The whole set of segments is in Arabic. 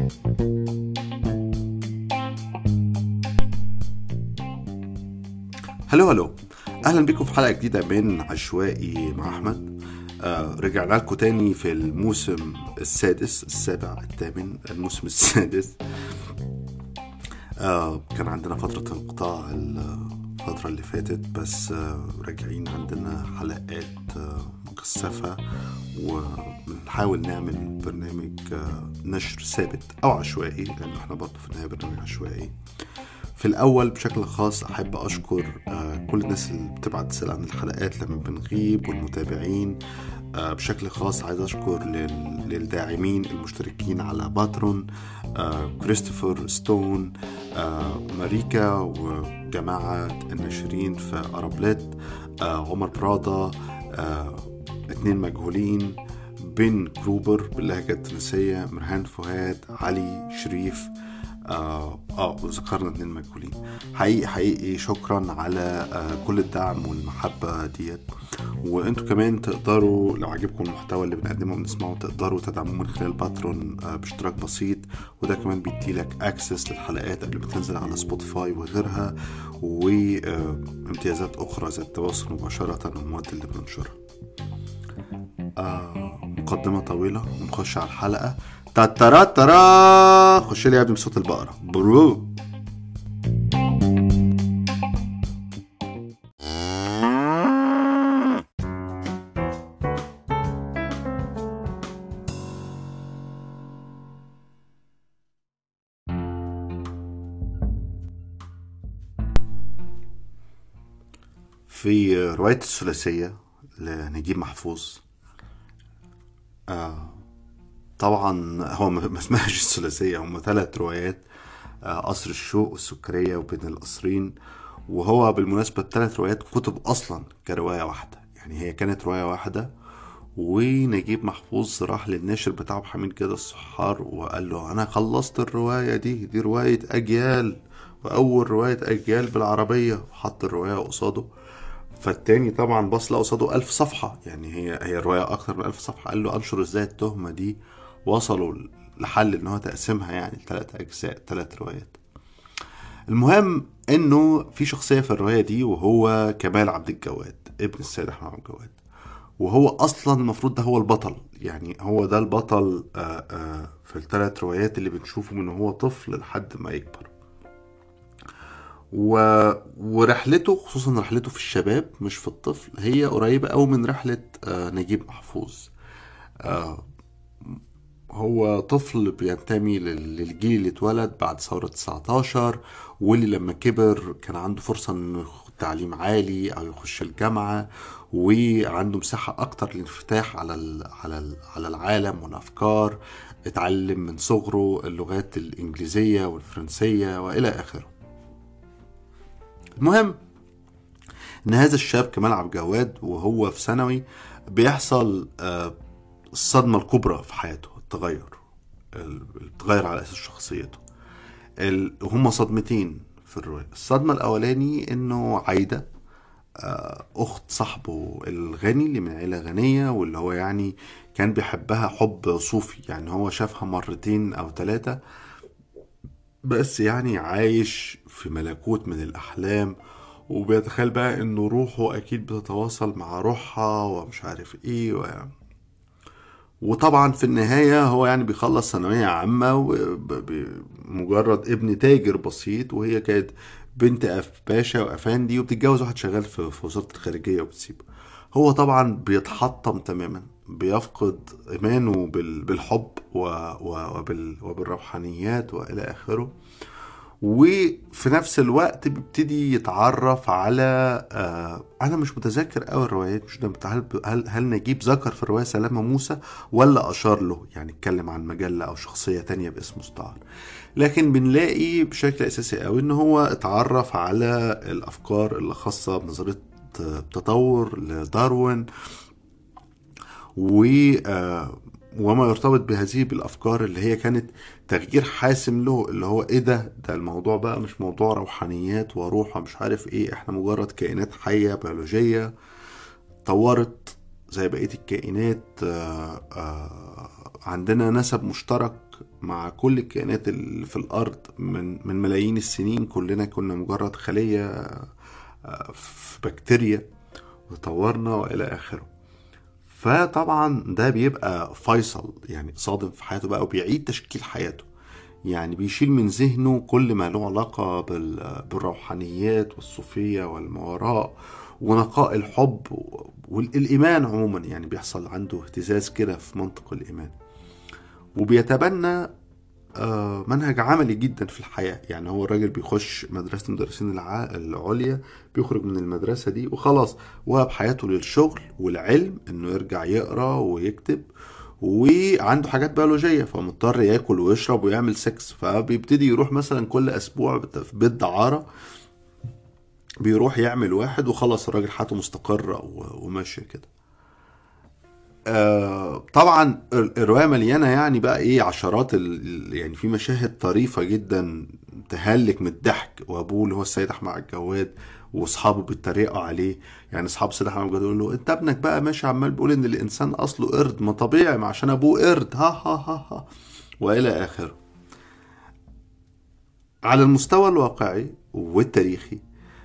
هلو اهلا بكم في حلقه جديده من عشوائي مع احمد. رجعنا لكم تاني في الموسم السادس السابع الثامن الموسم السادس. كان عندنا فتره انقطاع الفتره اللي فاتت، بس راجعين عندنا حلقات مكثفه، وبنحاول نعمل برنامج نشر ثابت او عشوائي، لان احنا برضه في النهايه برنامج عشوائي. في الأول بشكل خاص أحب أشكر كل الناس اللي بتبعت تسأل عن الحلقات لما بنغيب، والمتابعين. بشكل خاص عايز أشكر للداعمين المشتركين على باترون، كريستوفر ستون، ماريكا، وجماعة الناشرين في أرابلت، عمر برادا، 2 مجهولين، بن كروبر باللهجة التونسية، مرهان فؤاد، علي شريف، وذكرنا 2 مجهولين. حقيقي شكرا على كل الدعم والمحبة ديت. وانتوا كمان تقدروا لو عجبكم المحتوى اللي بنقدمه وبنسمعه تقدروا تدعموه من خلال باترون باشتراك بسيط، وده كمان بيديلك اكسس للحلقات قبل ما تنزل على سبوتيفاي وغيرها، وامتيازات اخرى زي التواصل مباشرة والمواد اللي بننشرها. مقدمة طويلة ونخش على الحلقة. ترى خش لي يا ابني بصوت البقرة برو. في رواية الثلاثية لنجيب محفوظ، طبعا هو ما اسمهاش الثلاثية، هم 3 روايات، قصر الشوق والسكرية وبين القصرين. وهو بالمناسبة ال3 روايات كتب أصلا كرواية واحدة، يعني هي كانت رواية واحدة، ونجيب محفوظ راح للناشر بتاعه حميد جاد الصحار وقال له أنا خلصت الرواية دي رواية أجيال، وأول رواية أجيال بالعربية، وحط الرواية قصاده. فالتاني طبعا بص لقى قصاده 1000 صفحة، يعني هي رواية أكتر من 1000 صفحة. قال له أنشر إزاي التهمة دي؟ وصلوا لحل إن هو تقسمها يعني 3 أجزاء، 3 روايات. المهم إنه في شخصية في الرواية دي، وهو كمال عبد الجواد ابن السيد أحمد عبد الجواد، وهو أصلا المفروض ده هو البطل، يعني هو ده البطل في ال3 روايات اللي بنشوفه من هو طفل لحد ما يكبر. ورحلته، خصوصا رحلته في الشباب مش في الطفل، هي قريبة أوي من رحلة نجيب محفوظ. هو طفل بينتمي للجيل اللي اتولد بعد ثورة 19، واللي لما كبر كان عنده فرصة انه ياخد تعليم عالي او يخش الجامعة، وعنده مساحة اكتر للانفتاح على العالم والافكار. اتعلم من صغره اللغات الانجليزية والفرنسية والى اخره. المهم ان هذا الشاب كمال عبد الجواد وهو في ثانوي بيحصل الصدمة الكبرى في حياته، التغير على اساس شخصيته. هما صدمتين في الرواية. الصدمة الاولاني انه عايدة، اخت صاحبه الغني اللي من عيلة غنية، واللي هو يعني كان بيحبها حب صوفي، يعني هو شافها 2 أو 3، بس يعني عايش في ملكوت من الأحلام، وبيتخيل بقى انه روحه اكيد بتتواصل مع روحها ومش عارف ايه وطبعا في النهاية هو يعني بيخلص ثانوية عامة ومجرد ابن تاجر بسيط، وهي كانت بنت باشا وأفندي، وبتتجوز واحد شغال في وزارة الخارجية وبتسيبه. هو طبعا بيتحطم تماما، بيفقد إيمانه بالحب وبالروحانيات وإلى آخره. وفي نفس الوقت بيبتدي يتعرف على انا مش متذكر قوي الروايات، مش هل نجيب ذكر في الرواية سلامة موسى ولا اشار له، يعني اتكلم عن مجلة او شخصية تانية باسم مستعار. لكن بنلاقي بشكل اساسي قوي ان هو اتعرف على الافكار اللي خاصة بنظرية التطور لداروين، و وما يرتبط بهذه بالافكار اللي هي كانت تغيير حاسم له، اللي هو ايه ده الموضوع بقى مش موضوع روحانيات وروح مش عارف ايه، احنا مجرد كائنات حية بيولوجية طورت زي بقية الكائنات عندنا نسب مشترك مع كل الكائنات اللي في الأرض من ملايين السنين. كلنا كنا مجرد خلية في بكتيريا وتطورنا وإلى آخره. فطبعا ده بيبقى فيصل، يعني صادم في حياته بقى، وبيعيد تشكيل حياته. يعني بيشيل من ذهنه كل ما له علاقة بالروحانيات والصوفية والماوراء ونقاء الحب والإيمان عموما. يعني بيحصل عنده اهتزاز كده في منطق الإيمان، وبيتبنى منهج عملي جدا في الحياة. يعني هو الراجل بيخش مدرسة المدرسين العليا، بيخرج من المدرسة دي وخلاص، وهب حياته للشغل والعلم، انه يرجع يقرأ ويكتب، وعنده حاجات بيولوجية فمضطر ياكل ويشرب ويعمل سكس. فبيبتدي يروح مثلا كل اسبوع في بيت دعارة، بيروح يعمل واحد وخلاص، الراجل حياته مستقرة وماشية كده. طبعا الرواية مليانة يعني بقى ايه عشرات يعني في مشاهد طريفة جدا تهلك من الضحك. وابوه اللي هو السيد احمد عبد الجواد واصحابه بيتريقوا عليه. يعني اصحاب السيد احمد عبد الجواد يقول له انت ابنك بقى ماشي عمال بيقول ان الانسان اصله قرد، ما طبيعي ما عشان ابوه قرد، ها ها ها ها، والى اخره. على المستوى الواقعي والتاريخي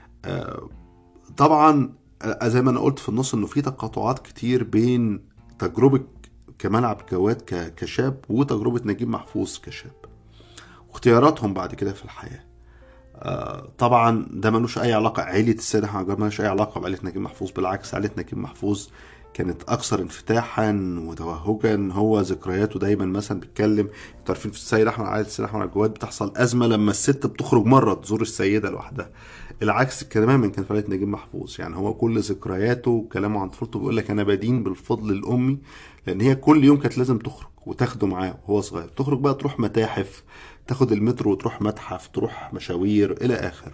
طبعا زي ما انا قلت في النص انه في تقاطعات كتير بين تجربة كمال عبد الجواد كشاب وتجربة نجيب محفوظ كشاب، واختياراتهم بعد كده في الحياة. طبعا ده ملوش اي علاقة، عيلة السيد احمد جابر ملوش اي علاقة بعيلة نجيب محفوظ، بالعكس عيلة نجيب محفوظ كانت اكثر انفتاحا وتوهجا. هو ذكرياته دايما مثلا بيتكلم، انتوا عارفين في السيد احمد، عائله السيد احمد الجواد بتحصل ازمه لما الست بتخرج مره تزور السيده لوحدها. العكس تماما كان في عائله نجيب محفوظ. يعني هو كل ذكرياته وكلامه عن طفولته بيقول لك انا بدين بالفضل الامي، لان هي كل يوم كانت لازم تخرج وتاخده معاه وهو صغير. تخرج بقى تروح متاحف، تاخد المترو وتروح متحف، تروح مشاوير الى اخره.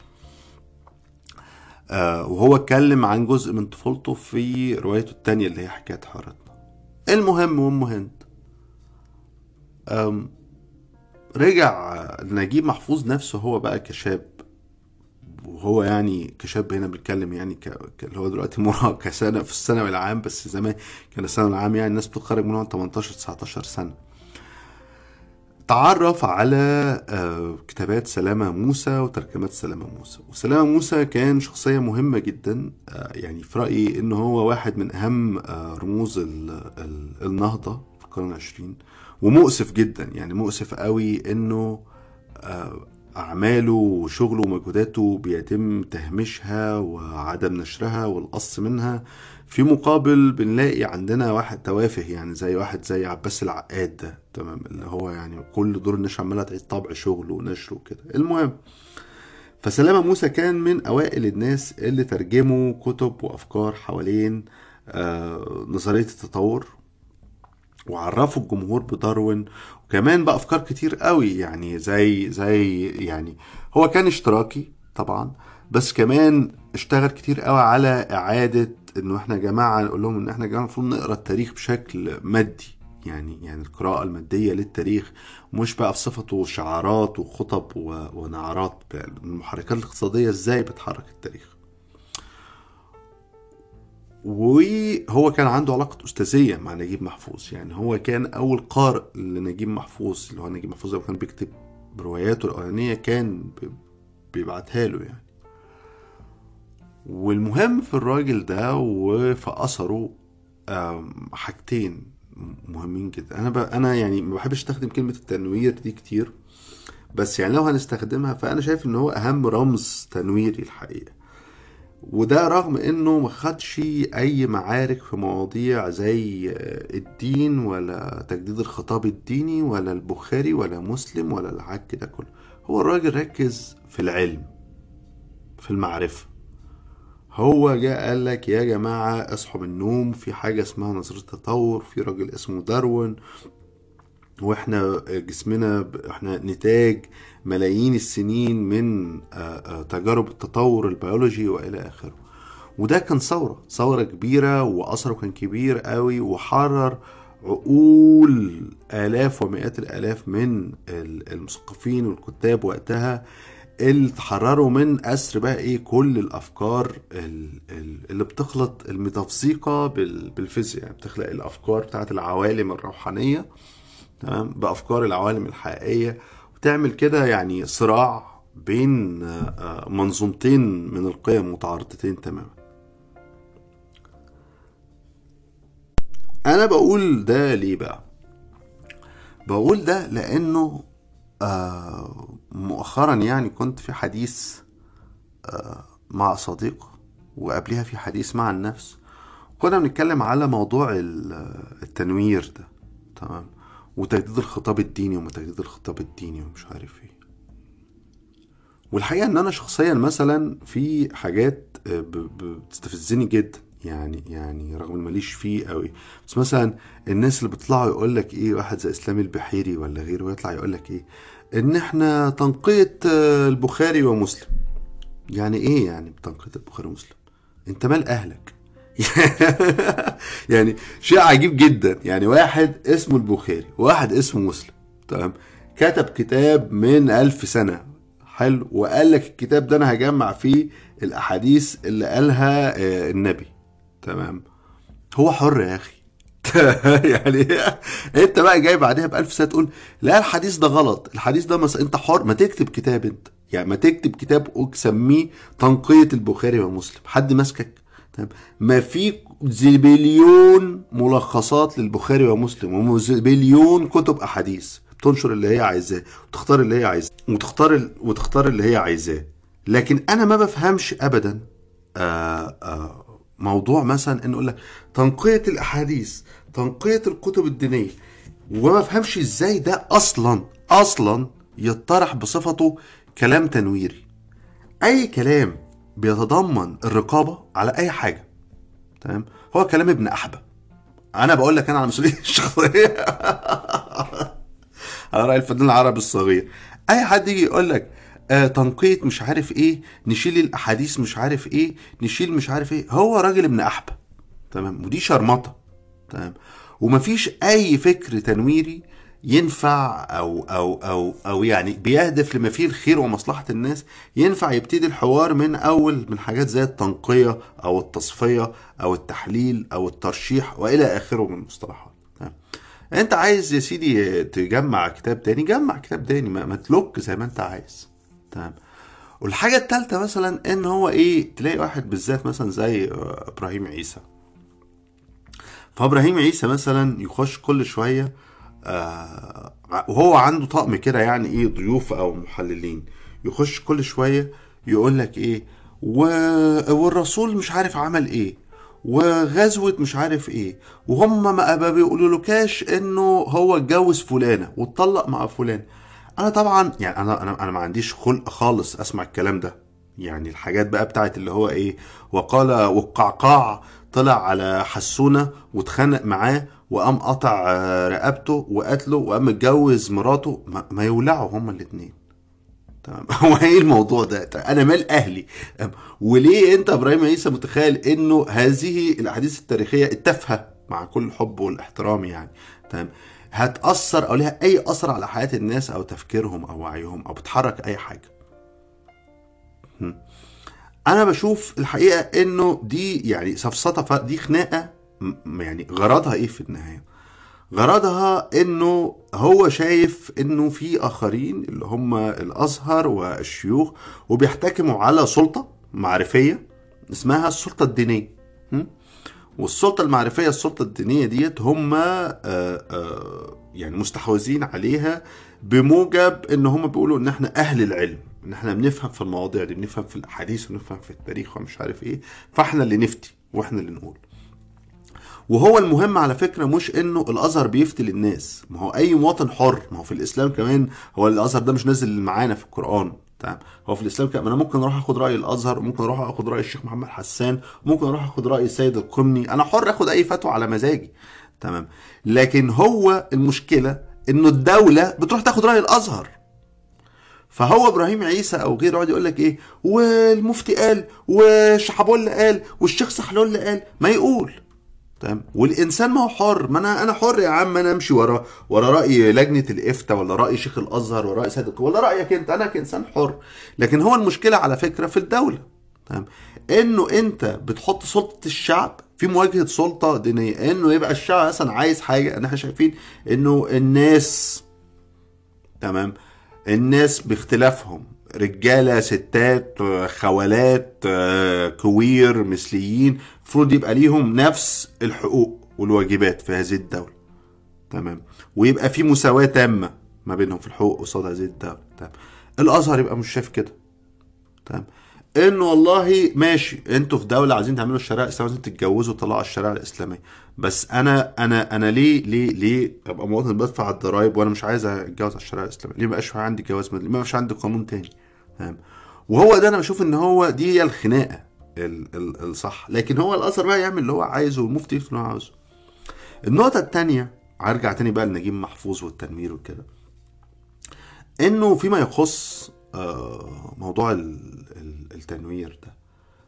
وهو اتكلم عن جزء من طفولته في روايته التانية اللي هي حكاية حارتنا. المهم وام هند رجع نجيب محفوظ نفسه هو بقى كشاب. وهو يعني كشاب هنا بيتكلم يعني اللي هو دلوقتي مراهق كسنة في الثانوي العام، بس زمان كان الثانوي العام يعني الناس بتتخرج منه 18 19 سنة. تعرف على كتابات سلامة موسى وترجمات سلامة موسى. وسلامة موسى كان شخصية مهمة جدا، يعني في رأيي انه هو واحد من اهم رموز النهضة في القرن العشرين. ومؤسف جدا، يعني مؤسف قوي انه أعماله وشغله ومجهوداته بيتم تهميشها وعدم نشرها والقص منها. في مقابل بنلاقي عندنا واحد توافه، يعني زي واحد زي عباس العقاد ده، تمام، اللي هو يعني كل دور النشر عمالة تعيد طبع شغله ونشره وكده. المهم، فسلامة موسى كان من أوائل الناس اللي ترجموا كتب وأفكار حوالين نظرية التطور، وعرفوا الجمهور بداروين. وكمان بقى افكار كتير قوي، يعني زي يعني هو كان اشتراكي طبعا، بس كمان اشتغل كتير قوي على اعادة انه احنا يا جماعة نقول لهم ان احنا يا جماعة المفروض نقرا التاريخ بشكل مادي. يعني القراءة المادية للتاريخ، مش بقى في صفته شعارات وخطب ونعرات. المحركات الاقتصادية ازاي بتحرك التاريخ. وهو كان عنده علاقة أستاذية مع نجيب محفوظ. يعني هو كان أول قارئ لنجيب محفوظ، اللي هو نجيب محفوظ لما كان بيكتب رواياته الأولانية كان بيبعتها له يعني. والمهم في الراجل ده وفي أثره حاجتين مهمين جدا. أنا يعني ما بحبش أستخدم كلمة التنوير دي كتير، بس يعني لو هنستخدمها فأنا شايف إن هو أهم رمز تنويري الحقيقة. وده رغم انه ما خدش اي معارك في مواضيع زي الدين ولا تجديد الخطاب الديني ولا البخاري ولا مسلم ولا العك ده كله. هو الراجل ركز في العلم، في المعرفة. هو جاء قال لك يا جماعة اصحوا من النوم، في حاجة اسمها نظرية التطور، في راجل اسمه داروين، واحنا جسمنا احنا نتاج ملايين السنين من تجارب التطور البيولوجي والى اخره. وده كان ثورة كبيرة، وأثره كان كبير قوي، وحرر عقول آلاف ومئات الآلاف من المثقفين والكتاب وقتها، اللي تحرروا من أسر بقى ايه كل الأفكار اللي بتخلط الميتافيزيقا بالفيزياء. يعني بتخلق الأفكار بتاعت العوالم الروحانية تمام بأفكار العوالم الحقيقية، وتعمل كده يعني صراع بين منظومتين من القيم متعارضتين تماما. أنا بقول ده ليه بقى؟ بقول ده لأنه مؤخرا يعني كنت في حديث مع صديق، وقبلها في حديث مع النفس، كنا بنتكلم على موضوع التنوير ده تمام، وتجديد الخطاب الديني وما تجديد الخطاب الديني ومش عارف ايه. والحقيقة ان انا شخصيا مثلا في حاجات بتستفزني جدا، يعني رغم ان ماليش فيه قوي، بس مثلا الناس اللي بيطلعوا يقول لك ايه، واحد زي اسلام البحيري ولا غيره يطلع يقول لك ايه، ان احنا تنقية البخاري ومسلم. يعني ايه يعني بتنقية البخاري ومسلم؟ انت مال اهلك؟ يعني شيء عجيب جدا. يعني واحد اسمه البخاري وواحد اسمه مسلم تمام، كتب كتاب من 1000 سنة حلو، وقال لك الكتاب ده انا هجمع فيه الاحاديث اللي قالها النبي تمام. هو حر يا اخي. يعني انت بقى جاي بعدها ب1000 سنة تقول لا الحديث ده غلط، الحديث ده انت حر، ما تكتب كتاب انت، يعني ما تكتب كتاب وتسميه تنقية البخاري ومسلم، حد ماسكك تمام. ما في زبليون ملخصات للبخاري ومسلم وزبليون كتب احاديث، بتنشر اللي هي عايزاه وتختار اللي هي عايزاه وتختار اللي هي عايزاه. لكن انا ما بفهمش ابدا موضوع مثلا انه يقول لك تنقية الاحاديث، تنقية الكتب الدينية، وما بفهمش ازاي ده اصلا يطرح بصفته كلام تنويري. اي كلام بيتضمن الرقابة على اي حاجة تمام هو كلام ابن احبه. انا بقول لك انا على مسؤوليتي الشخصيه. على راي الفنان العربي الصغير، اي حد يجي يقول لك تنقية مش عارف ايه، نشيل الاحاديث مش عارف ايه، نشيل مش عارف ايه، هو راجل ابن احبه تمام، ودي شرمطه تمام. ومفيش اي فكر تنويري ينفع او يعني بيهدف لما فيه الخير ومصلحة الناس ينفع يبتدي الحوار من اول من حاجات زي التنقية او التصفية او التحليل او الترشيح والى اخره من المصطلحات تمام. انت عايز يا سيدي تجمع كتاب تاني، جمع كتاب تاني، ما تلوك زي ما انت عايز تمام. والحاجة التالتة مثلا ان هو ايه، تلاقي واحد بالذات مثلا زي ابراهيم عيسى. فابراهيم عيسى مثلا يخش كل شويه وهو عنده طقم كده يعني ايه ضيوف او محللين، يخش كل شويه يقول لك ايه والرسول مش عارف عمل ايه، وغزوة مش عارف ايه، وهم ما بيقولولكاش انه هو اتجوز فلانة واتطلق مع فلان. انا طبعا يعني انا ما عنديش خلق خالص اسمع الكلام ده. يعني الحاجات بقى بتاعت اللي هو ايه، وقال والقعقاع طلع على حسونة واتخانق معاه وقام قطع رقبته وقتله وقام متجوز مراته، ما يولعوا هما الاتنين تمام. هو ايه الموضوع ده؟ انا مال اهلي؟ وليه انت ابراهيم عيسى متخيل انه هذه الاحاديث التاريخيه التافهه مع كل الحب والاحترام يعني تمام هتاثر او لها اي اثر على حياه الناس او تفكيرهم او وعيهم او بتحرك اي حاجه؟ انا بشوف الحقيقه انه دي يعني سفسطه، دي خناقه يعني غرضها ايه في النهايه؟ غرضها انه هو شايف انه في اخرين اللي هم الازهر والشيوخ وبيحتكموا على سلطة معرفية اسمها السلطة الدينية. والسلطة المعرفية السلطة الدينية ديت هم يعني مستحوذين عليها بموجب ان هم بيقولوا ان احنا اهل العلم، ان احنا بنفهم في المواضيع دي، بنفهم في الاحاديث ونفهم في التاريخ ومش عارف ايه، فاحنا اللي نفتي واحنا اللي نقول. وهو المهم على فكرة مش انه الازهر بيفتي للناس، ما هو اي مواطن حر، ما هو في الاسلام كمان هو الازهر ده مش نازل معانا في القرآن تمام. هو في الاسلام كمان انا ممكن اروح اخد راي الازهر، وممكن اروح اخد راي الشيخ محمد حسان، وممكن اروح اخد راي السيد القمني، انا حر اخد اي فتوى على مزاجي تمام. لكن هو المشكلة انه الدولة بتروح تاخد راي الازهر. فهو ابراهيم عيسى او غيره يقعد يقول لك ايه، والمفتي قال، والشحابولة قال، والشيخ سحلول قال، ما يقول تمام. والانسان ما هو حر، ما انا حر يا عم، انا امشي ورا راي لجنه الافتاء، ولا راي شيخ الازهر، ولا راي سيد، ولا رايك انت، انا كانسان حر. لكن هو المشكله على فكره في الدوله، تمام، انه انت بتحط سلطه الشعب في مواجهه سلطه دينيه، انه يبقى الشعب مثلا عايز حاجه، ان احنا شايفين انه الناس، تمام، الناس باختلافهم، رجاله، ستات، خوالات، كوير، مثليين، المفروض يبقى ليهم نفس الحقوق والواجبات في هذه الدوله، تمام، ويبقى في مساواه تامه ما بينهم في الحقوق قصاد هذه الدوله، تمام. الازهر يبقى مش شايف كده، تمام، انه والله ماشي، انتوا في دوله عايزين تعملوا الشريعه الاسلاميه، عايزين تتجوزوا طلعوا الشريعه الاسلاميه، بس انا ليه ابقى مواطن بدفع الضرايب وانا مش عايز اتجوز على الشريعه الاسلاميه؟ ليه ما بقاش عندي جواز مدني؟ ليه ما بقاش عندي قانون تاني؟ تمام. وهو ده انا بشوف ان هو دي هي الخناقه الصح. لكن هو الازهر بقى يعمل اللي هو عايزه، والمفتي يفتي اللي هو عاوزه. النقطه الثانيه، هرجع تاني بقى لنجيب محفوظ والتنوير وكده، انه فيما يخص موضوع التنوير ده،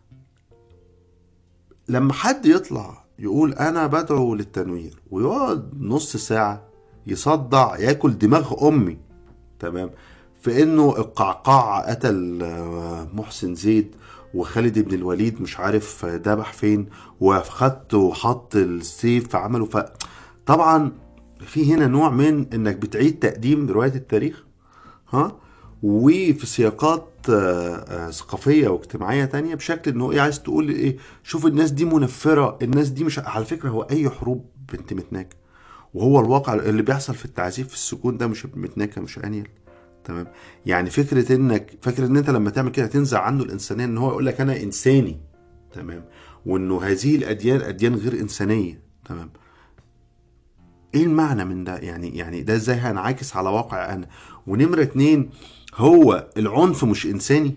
لما حد يطلع يقول انا بدعو للتنوير ويقعد نص ساعة يصدع ياكل دماغ امي، تمام، في انه القعقاع قتل محسن زيد، وخالد بن الوليد مش عارف دبح فين، وخدته وحط السيف فعمله طبعا في هنا نوع من انك بتعيد تقديم رواية التاريخ، ها، وفي سياقات ثقافية واجتماعية تانية، بشكل انه ايه، عايز تقول ايه، شوف الناس دي منفرة، الناس دي مش على فكرة، هو اي حروب بنت متناكة، وهو الواقع اللي بيحصل في التعذيب في السجون ده مش متناكة، مش انيل، تمام. يعني فكرة انك فاكر ان انت لما تعمل كده تنزع عنه الانسانية، ان هو يقول لك انا انساني، تمام، وانه هذه الاديان اديان غير انسانية، تمام. ايه المعنى من ده؟ يعني ده ازاي هينعكس على واقع انا؟ ونمرة اتنين، هو العنف مش انساني؟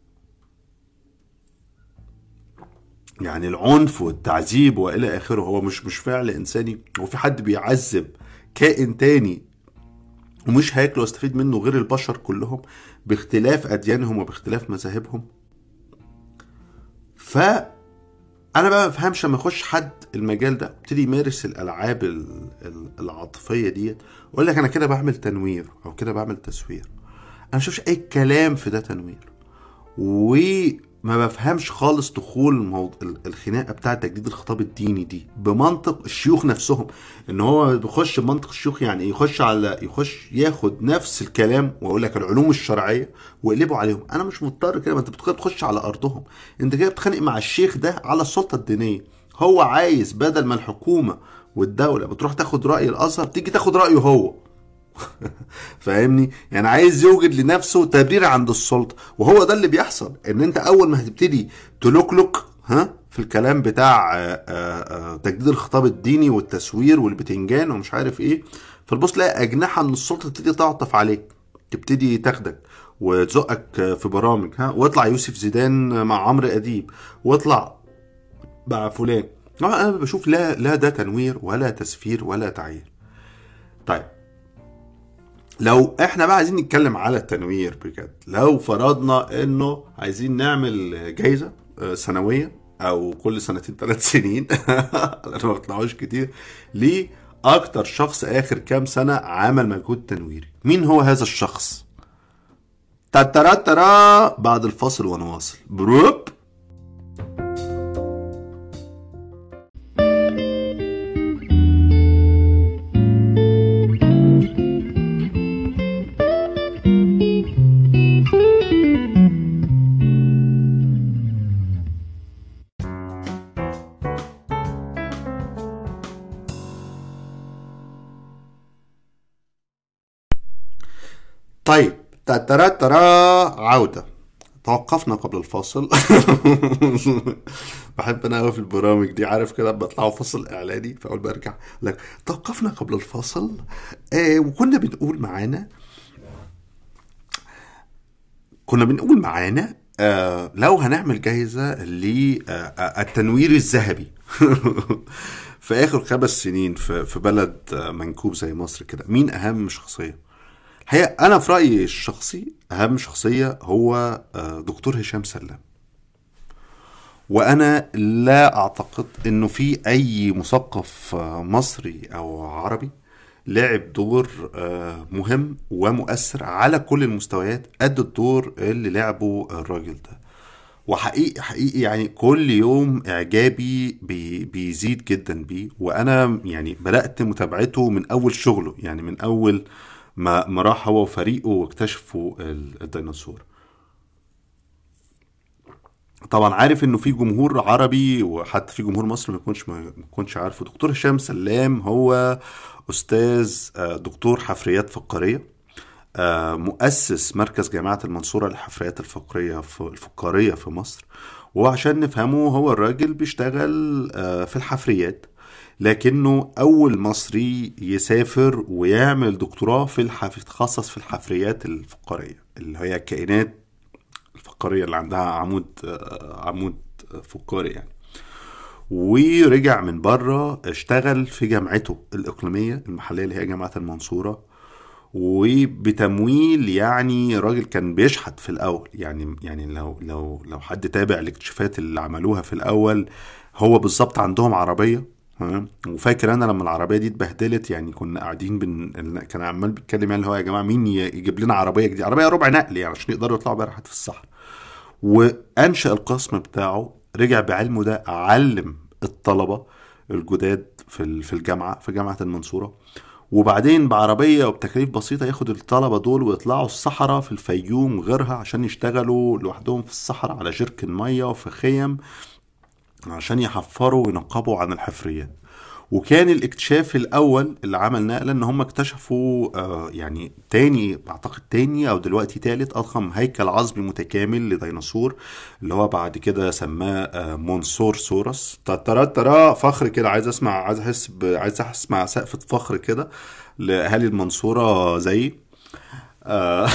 يعني العنف والتعذيب والى اخره هو مش فعل انساني؟ هو في حد بيعذب كائن تاني ومش هياكله ويستفيد منه غير البشر كلهم باختلاف اديانهم وباختلاف مذاهبهم؟ ف انا بقى ما بفهمش لما يخش حد المجال ده ابتدي يمارس الالعاب العاطفيه ديت، ويقول لك انا كده بعمل تنوير او كده بعمل تسوير. انا مش اي كلام في ده تنوير. وما بفهمش خالص دخول الخناقه بتاعه تجديد الخطاب الديني دي بمنطق الشيوخ نفسهم، ان هو بيخش بمنطق الشيوخ، يعني يخش ياخد نفس الكلام ويقول لك العلوم الشرعيه ويقلبوا عليهم. انا مش مضطر كده، ما انت بتخش على ارضهم، انت كده بتخانق مع الشيخ ده على السلطه الدينيه. هو عايز بدل ما الحكومه والدوله بتروح تاخد راي الازهر، تيجي تاخد رايه هو. فاهمني؟ يعني عايز يوجد لنفسه تبرير عند السلطه، وهو ده اللي بيحصل. ان انت اول ما هتبتدي تلوكلوك في الكلام بتاع تجديد الخطاب الديني والتسوير والبتنجان ومش عارف ايه، فالبص تلاقي اجنحه من السلطه تبتدي تعطف عليك، تبتدي تاخدك وتزقك في برامج، واطلع يوسف زيدان مع عمرو اديب، واطلع مع فلان. انا بشوف لا ده تنوير ولا تسفير ولا تعيير. طيب، لو احنا بقى عايزين نتكلم على التنوير بجد، لو فرضنا انه عايزين نعمل جايزة سنوية او كل سنتين 3 سنين لان ما بيطلعوش كتير، ليه اكتر شخص اخر كام سنة عمل مجهود تنويري، مين هو هذا الشخص؟ ترى بعد الفاصل ونواصل بروب. طيب، ترى عودة. توقفنا قبل الفاصل. بحب انا قوي في البرامج دي، عارف كده، بطلعوا فاصل اعلاني فاول برجع لك توقفنا قبل الفاصل. وكنا بنقول معانا لو هنعمل جايزة للتنوير الذهبي في اخر 5 سنين في بلد منكوب زي مصر كده، مين اهم شخصية؟ الحقيقة انا في رأيي الشخصي اهم شخصية هو دكتور هشام سلام. وانا لا اعتقد انه في اي مثقف مصري او عربي لعب دور مهم ومؤثر على كل المستويات قد الدور اللي لعبه الراجل ده. وحقيقي حقيقي يعني كل يوم اعجابي بيزيد جدا بيه، وانا يعني بدأت متابعته من اول شغله، يعني من اول ما راح هو وفريقه واكتشفوا الديناصور. طبعا عارف انه في جمهور عربي وحتى في جمهور مصري ما يكونش عارفه. دكتور هشام سلام هو استاذ دكتور حفريات فقاريه، مؤسس مركز جامعة المنصورة للحفريات الفقارية في مصر. وعشان نفهمه، هو الراجل بيشتغل في الحفريات، لكنه أول مصري يسافر ويعمل دكتوراه يتخصص في الحفريات الفقارية، اللي هي الكائنات الفقارية اللي عندها عمود فقاري يعني. ورجع من بره اشتغل في جامعته الإقليمية المحلية اللي هي جامعة المنصورة، وبتمويل. يعني راجل كان بيشحت في الاول، يعني لو حد تابع الاكتشافات اللي عملوها في الاول، هو بالظبط عندهم عربيه. تمام. وفاكر انا لما العربيه دي اتبهدلت، يعني كنا قاعدين كان عمال بيتكلم يعني اللي هو يا جماعه مين يجيب لنا عربيه جديده، عربيه ربع نقل يعني عشان يقدروا يطلعوا بيها رحلات في الصحراء. وانشا القسم بتاعه، رجع بعلمه ده علم الطلبه الجداد في الجامعه، في جامعه المنصوره. وبعدين بعربية وبتكاليف بسيطة ياخد الطلبة دول ويطلعوا الصحراء في الفيوم وغيرها عشان يشتغلوا لوحدهم في الصحراء على جركن مية وفي خيم عشان يحفروا وينقبوا عن الحفريات. وكان الاكتشاف الاول اللي عمل نقله ان هم اكتشفوا يعني تاني او دلوقتي تالت اضخم هيكل عظمي متكامل لديناصور، اللي هو بعد كده سماه مونسور سورس. ترى فخر كده، عايز اسمع سقفة فخر كده لاهالي المنصورة زي آه،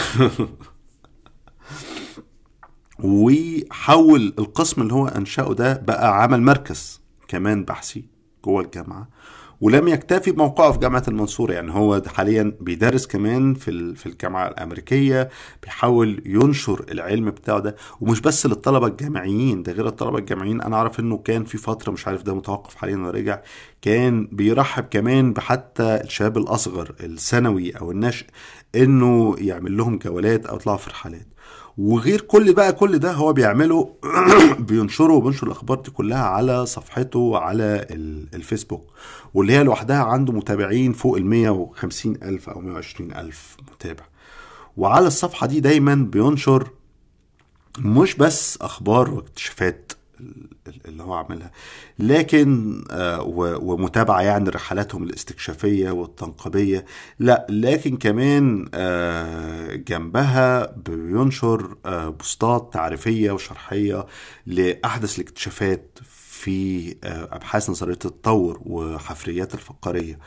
وحول القسم اللي هو انشأه ده بقى عمل مركز كمان بحثي جوه الجامعه. ولم يكتفي بموقعه في جامعه المنصوره، يعني هو حاليا بيدرس كمان في الجامعه الامريكيه، بيحاول ينشر العلم بتاعه ده. ومش بس للطلبه الجامعيين، ده غير الطلبه الجامعيين. انا اعرف انه كان في فتره، مش عارف ده متوقف حاليا ولا رجع، كان بيرحب كمان بحتى الشباب الاصغر الثانوي او الناشئ انه يعمل لهم جولات او يطلعوا في رحلات. وغير كل ده هو بيعمله بينشره وبينشر الاخبار دي كلها على صفحته على الفيسبوك، واللي هي لوحدها عنده متابعين فوق 150 الف او 120 الف متابع. وعلى الصفحة دي دايما بينشر مش بس اخبار واكتشافات اللي هو عاملها، لكن ومتابعة يعني رحلاتهم الاستكشافية والتنقيبية. لا، لكن كمان جنبها بينشر بوستات تعريفية وشرحية لأحدث الاكتشافات في أبحاث نظرية التطور وحفريات الفقارية،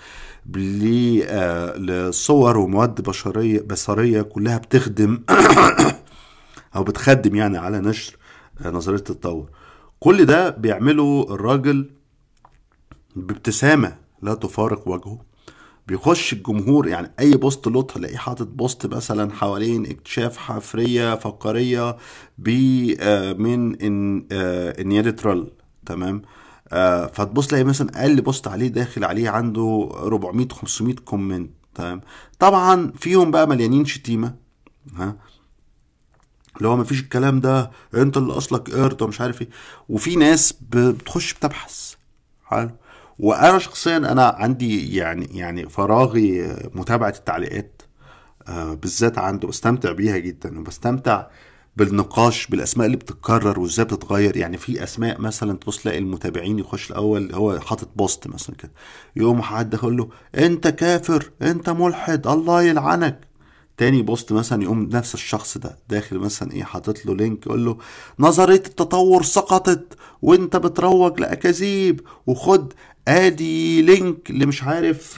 لصور ومواد بصرية كلها بتخدم أو بتخدم يعني على نشر نظرية التطور. كل ده بيعمله الراجل بابتسامة لا تفارق وجهه. بيخش الجمهور، يعني اي بوست له تلاقيه حاطط بوست مثلا حوالين اكتشاف حفرية فقارية من نياندرتال. تمام. فتبص تلاقي مثلا اقل بوست عليه داخل عليه عنده 400 500 كومنت. تمام. طبعا فيهم بقى مليانين شتيمة، ها، اللي هو مفيش الكلام ده، انت اللي اصلك قرد ومش عارف ايه. وفي ناس بتخش بتبحث. حلو. وانا شخصيا انا عندي يعني فراغي متابعة التعليقات بالذات عنده، بستمتع بيها جدا، وبستمتع بالنقاش بالاسماء اللي بتتكرر وازاي بتتغير. يعني في اسماء مثلا تبص تلاقي المتابعين يخش الاول هو حاطط بوست مثلا كده، يقوم حد يقول له انت كافر، انت ملحد، الله يلعنك. تاني بوست مثلا يقوم نفس الشخص ده داخل مثلا ايه حاطط له لينك يقول له نظرية التطور سقطت وانت بتروج لأكاذيب، وخد ادي لينك اللي مش عارف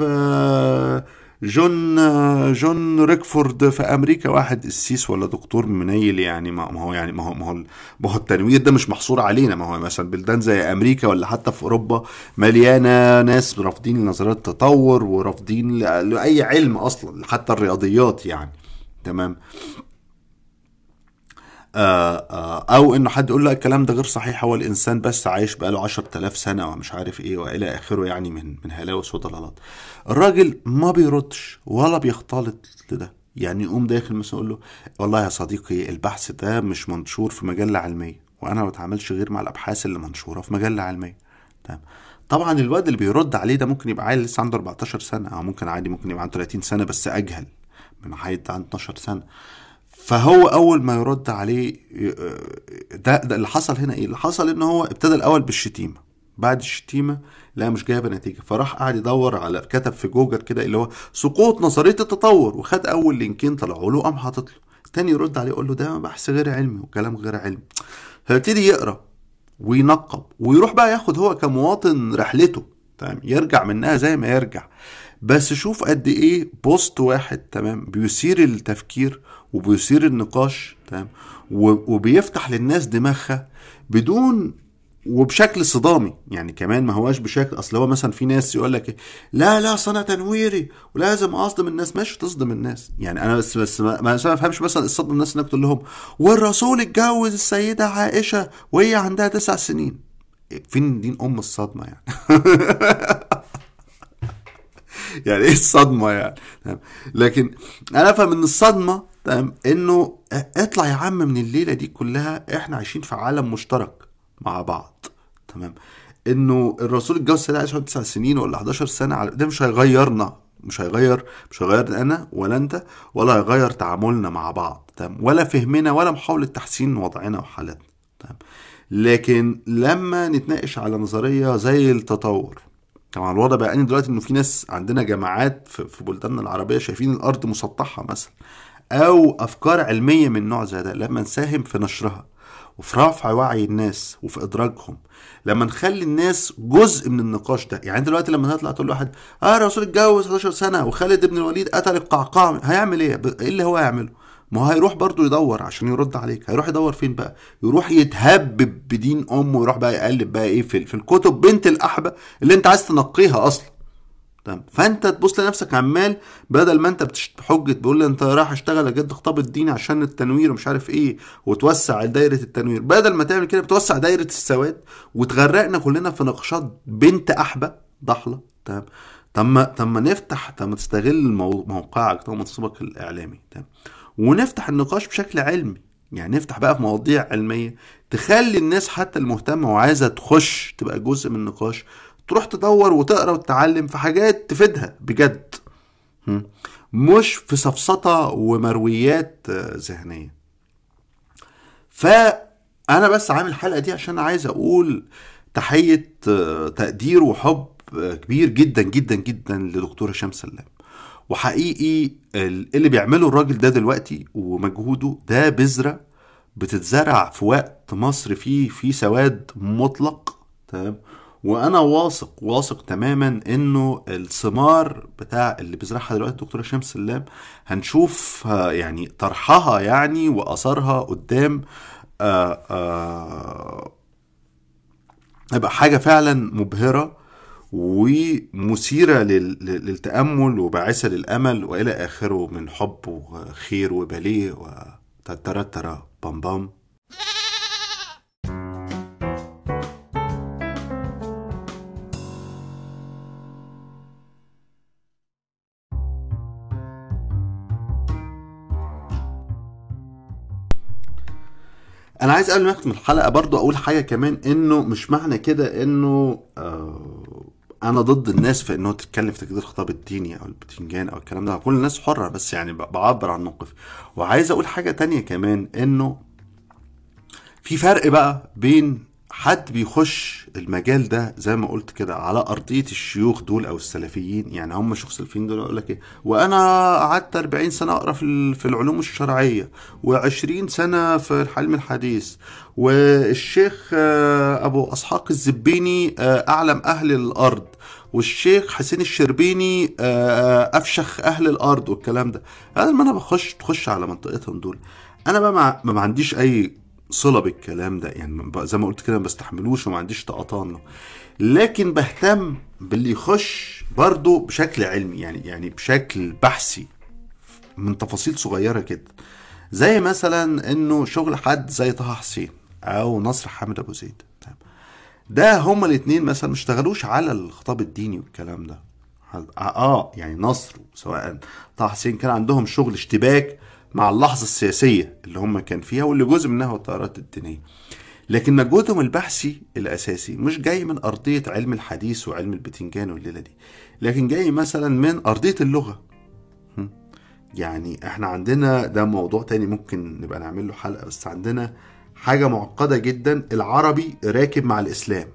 جون ريكفورد في امريكا، واحد قسيس ولا دكتور منيل. يعني ما هو التنوير ده مش محصور علينا. ما هو مثلا بلدان زي امريكا ولا حتى في اوروبا مليانه ناس رافضين لنظريات التطور ورافضين لاي علم اصلا، حتى الرياضيات يعني. تمام. او انه حد يقول لا الكلام ده غير صحيح، هو الانسان بس عايش بقاله 10,000 سنة ومش عارف ايه والى اخره، يعني من هلاوس وضلالات. الراجل ما بيردش ولا بيختلط لده، يعني يقوم داخل مثلا يقول له والله يا صديقي البحث ده مش منشور في مجلة علمية، وانا ما بتعاملش غير مع الابحاث اللي منشورة في مجلة علمية. تمام. طبعا الواد اللي بيرد عليه ده ممكن يبقى عيل لسه عنده 14 سنة، او ممكن عادي ممكن يبقى عنده 30 سنة بس اجهل من حيث عنده 12 سنة. فهو اول ما يرد عليه، ده اللي حصل هنا ايه، اللي حصل ان هو ابتدى الاول بالشتيمه، بعد الشتيمه لا مش جايبه نتيجه، فراح قاعد يدور على، كتب في جوجل كده اللي هو سقوط نظريه التطور، وخد اول لينكين طلعوا له قام حاطط له، تاني يرد عليه يقول له ده بحث غير علمي وكلام غير علمي. فيبتدي يقرا وينقب ويروح بقى ياخد هو كمواطن رحلته، تمام، يرجع منها زي ما يرجع. بس شوف قد ايه بوست واحد تمام بيثير التفكير وبيثير النقاش، تمام، وبيفتح للناس دماغها بدون، وبشكل صدامي يعني كمان، ما هواش بشكل، اصل هو مثلا في ناس يقول لك إيه، لا لا اصل انا تنويري ولازم اصدم الناس. ماشي تصدم الناس يعني، انا بس ما افهمش مثلا الصدم الناس انك تقول لهم والرسول اتجوز السيده عائشه وهي عندها 9 سنين. فين دين ام الصدمه يعني؟ يعني ايه الصدمه يعني؟ تمام. لكن انا افهم ان الصدمه، تمام، انه اطلع يا عم من الليله دي كلها، احنا عايشين في عالم مشترك مع بعض، تمام. انه الرسول اتجوز سيدة عائشه 9 سنين ولا 11 سنه، ده مش هيغيرنا، مش هيغير انا ولا انت، ولا هيغير تعاملنا مع بعض، تمام، ولا فهمنا ولا محاوله تحسين وضعنا وحالتنا، تمام. لكن لما نتناقش على نظريه زي التطور، طبعا الوضع بقى دلوقتي انه في ناس عندنا جماعات في بلداننا العربيه شايفين الارض مسطحه مثلا، او افكار علميه من نوع زي ده، لما نساهم في نشرها وفي رفع وعي الناس وفي ادراكهم، لما نخلي الناس جزء من النقاش ده. يعني دلوقتي لما تطلع تقول لواحد الرسول اتجوز 11 سنه وخالد بن الوليد قتل القعقاع، هيعمل ايه؟ ايه اللي هو يعمله؟ ما هو هيروح برضو يدور عشان يرد عليك، هيروح يدور فين بقى؟ يروح يتهبب بدين امه ويروح بقى يقلب بقى ايه في الكتب بنت الاحبه اللي انت عايز تنقيها اصلا، تمام. فانت تبص لنفسك عمال، بدل ما انت بحجه بيقول لي انت رايح اشتغل اجد خطاب الدين عشان التنوير ومش عارف ايه وتوسع دايره التنوير، بدل ما تعمل كده بتوسع دايره السواد وتغرقنا كلنا في نقاشات بنت احبه ضحله، تمام. طب ما تستغل موقعك او منصبك الاعلامي، تمام، ونفتح النقاش بشكل علمي. يعني نفتح بقى في مواضيع علميه تخلي الناس حتى المهتمه وعايزه تخش تبقى جزء من النقاش، تروح تدور وتقرا وتتعلم في حاجات تفيدها بجد، مش في سفسطه ومرويات ذهنيه. فانا بس عامل الحلقه دي عشان عايز اقول تحيه تقدير وحب كبير جدا جدا جدا لدكتور هشام سلام. وحقيقي اللي بيعمله الراجل ده دلوقتي ومجهوده ده بذرة بتتزرع في وقت مصر فيه في سواد مطلق، تمام. وانا واثق تماما انه الثمار بتاع اللي بيزرعها دلوقتي الدكتور هشام سلام هنشوف يعني طرحها يعني واثرها قدام. هيبقى حاجة فعلا مبهرة ومثيرة للتأمل وباعثة للأمل وإلى آخره من حب وخير وباليه وتترترى بام بام. انا عايز قبل ما اختم الحلقه برضو اقول حاجه كمان، انه مش معنى كده انه انا ضد الناس في انه تتكلم في تجديد الخطاب الديني او البتنجان او الكلام ده، كل الناس حره، بس يعني بعبر عن موقفي. وعايز اقول حاجه تانية كمان، انه في فرق بقى بين حد بيخش المجال ده زي ما قلت كده على ارضيه الشيوخ دول او السلفيين، يعني هم شيوخ السلفيين دول يقول لك ايه، وانا قعدت 40 سنه اقرا في العلوم الشرعيه و20 سنه في العلم الحديث، والشيخ ابو اسحاق الزبيني اعلم اهل الارض، والشيخ حسين الشربيني افشخ اهل الارض والكلام ده. هذا ما انا تخش على منطقتهم دول، انا بقى ما عنديش اي صلة بالكلام ده، يعني زي ما قلت كده ما بستحملوش وما عنديش طقطان له، لكن بهتم باللي يخش برضو بشكل علمي، يعني بشكل بحثي من تفاصيل صغيرة كده. زي مثلا انه شغل حد زي طه حسين او نصر حامد ابو زيد. ده هما الاتنين مثلا ما اشتغلوش على الخطاب الديني والكلام ده. يعني نصر سواء طه حسين كان عندهم شغل اشتباك مع اللحظة السياسية اللي هم كان فيها، واللي جزء منها هو التيارات الدينية. لكن مجهودهم البحثي الأساسي مش جاي من أرضية علم الحديث وعلم البتنجان والليلة دي، لكن جاي مثلا من أرضية اللغة. يعني احنا عندنا ده موضوع تاني ممكن نبقى نعمل له حلقة، بس عندنا حاجة معقدة جدا، العربي راكب مع الإسلام،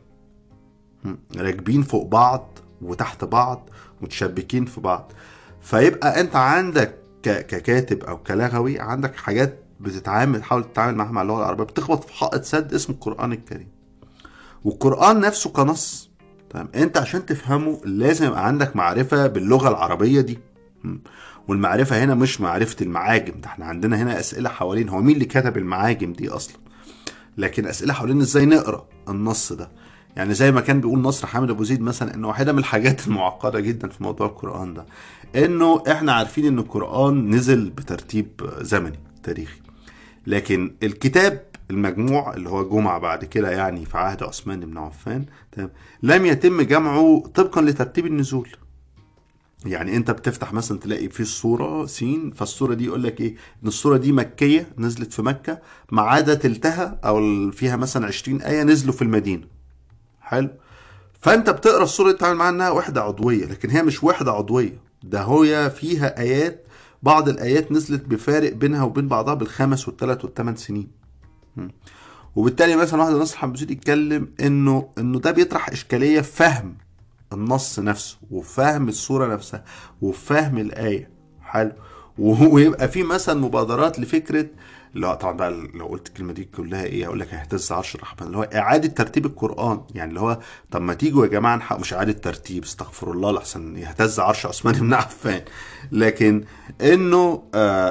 راكبين فوق بعض وتحت بعض متشبكين في بعض. فيبقى انت عندك ككاتب او كلغوي عندك حاجات بتتعامل، تحاول تتعامل معاها مع اللغه العربيه، بتخبط في حائط سد اسمه القران الكريم. والقران نفسه كنص، تمام، انت عشان تفهمه لازم يبقى عندك معرفه باللغه العربيه دي. والمعرفه هنا مش معرفه المعاجم، ده احنا عندنا هنا اسئله حوالين هو مين اللي كتب المعاجم دي اصلا، لكن اسئله حوالين ازاي نقرا النص ده. يعني زي ما كان بيقول نصر حامد ابو زيد مثلا، انه واحده من الحاجات المعقده جدا في موضوع القران ده انه احنا عارفين ان القران نزل بترتيب زمني تاريخي، لكن الكتاب المجموع اللي هو جمع بعد كده يعني في عهد عثمان بن عفان، تمام، لم يتم جمعه طبقا لترتيب النزول. يعني انت بتفتح مثلا تلاقي في الصورة سين، فالصورة دي يقول لك ايه، ان الصورة دي مكية نزلت في مكة، ما عدا تلتها او فيها مثلا 20 آية نزلوا في المدينة. حلو. فانت بتقرا الصورة دي تعمل معاها انها وحدة عضوية، لكن هي مش وحدة عضوية، ده هي فيها آيات، بعض الآيات نزلت بفارق بينها وبين بعضها بالخمس والثلاث والثمان سنين. وبالتالي مثلا واحد نصر حمزوت يتكلم انه ده بيطرح اشكاليه في فهم النص نفسه وفهم الصوره نفسها وفهم الايه. حلو. ويبقى في مثلا مبادرات لفكره، لا طبعا بقى لو قلت الكلمه دي كلها ايه هقول لك هيهتز عرش الرحمن، اللي هو اعاده ترتيب القران. يعني اللي هو طب ما تيجوا يا جماعه نحق، مش اعاده ترتيب استغفر الله لحسن يهتز عرش عثمان بن عفان، لكن انه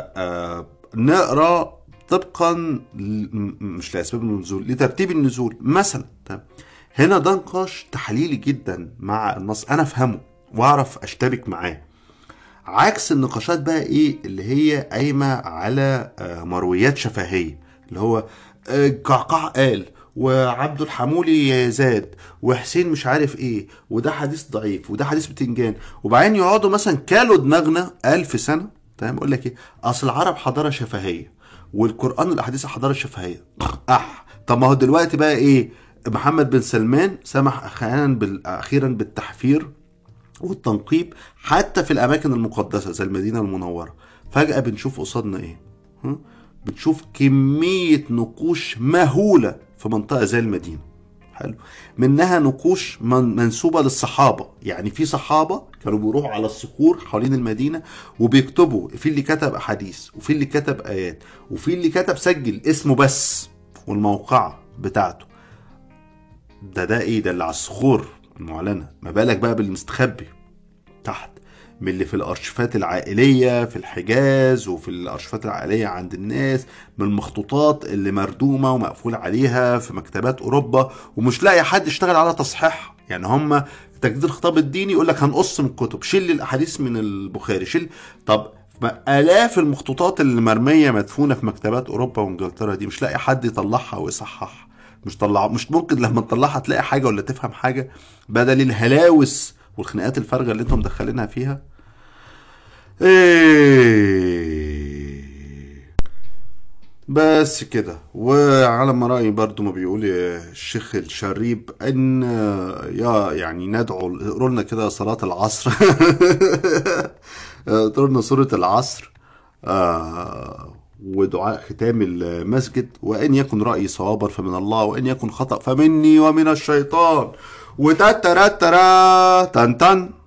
نقرا طبقا مش لاسباب النزول، لترتيب النزول مثلا. طيب هنا ده نقاش تحليلي جدا مع النص، انا افهمه واعرف اشتبك معاه، عكس النقاشات بقى ايه اللي هي قايمه على مرويات شفهيه، اللي هو قعقاع قال وعبد الحمولي زاد وحسين مش عارف ايه وده حديث ضعيف وده حديث بتنجان، وبعدين يقعدوا مثلا كالوا دماغنا 1000 سنه. تمام، يقول لك ايه، اصل العرب حضاره شفهيه والقران والاحاديث حضاره شفهيه. طب ما هو دلوقتي بقى ايه، محمد بن سلمان سمح اخيرا بالتحفير والتنقيب حتى في الاماكن المقدسه زي المدينه المنوره. فجاه بنشوف قصادنا ايه، بتشوف كميه نقوش مهوله في منطقه زي المدينه. حلو. منها نقوش منسوبه للصحابه، يعني في صحابه كانوا بيروحوا على الصخور حوالين المدينه وبيكتبوا، في اللي كتب احاديث وفي اللي كتب ايات وفي اللي كتب سجل اسمه بس والموقعه بتاعته. ده ايه ده اللي على الصخور المعلنه، ما بالك بقى بالمستخبي تحت، من اللي في الارشيفات العائليه في الحجاز وفي الارشيفات العائليه عند الناس، من المخطوطات اللي مردومه ومقفول عليها في مكتبات اوروبا ومش لاقي حد يشتغل على تصحيحها. يعني هم تجديد الخطاب الديني يقول لك هنقص من الكتب، شيل الاحاديث من البخاري، شيل. طب آلاف المخطوطات اللي مرميه مدفونه في مكتبات اوروبا وانجلترا دي مش لاقي حد يطلعها ويصححها. مش ممكن لما تطلعها تلاقي حاجه ولا تفهم حاجه، بدل الهلاوس والخناقات الفارغه اللي انتم مدخلينها فيها. ايه بس كده. وعلى ما رأيي برضو ما بيقول الشيخ الشريب ان يا يعني ندعو، اقروا لنا كده صلاة العصر اقروا لنا سورة العصر ودعاء ختام المسجد، وإن يكن رأيي صوابا فمن الله وإن يكن خطأ فمني ومن الشيطان. وتترترا تن تن.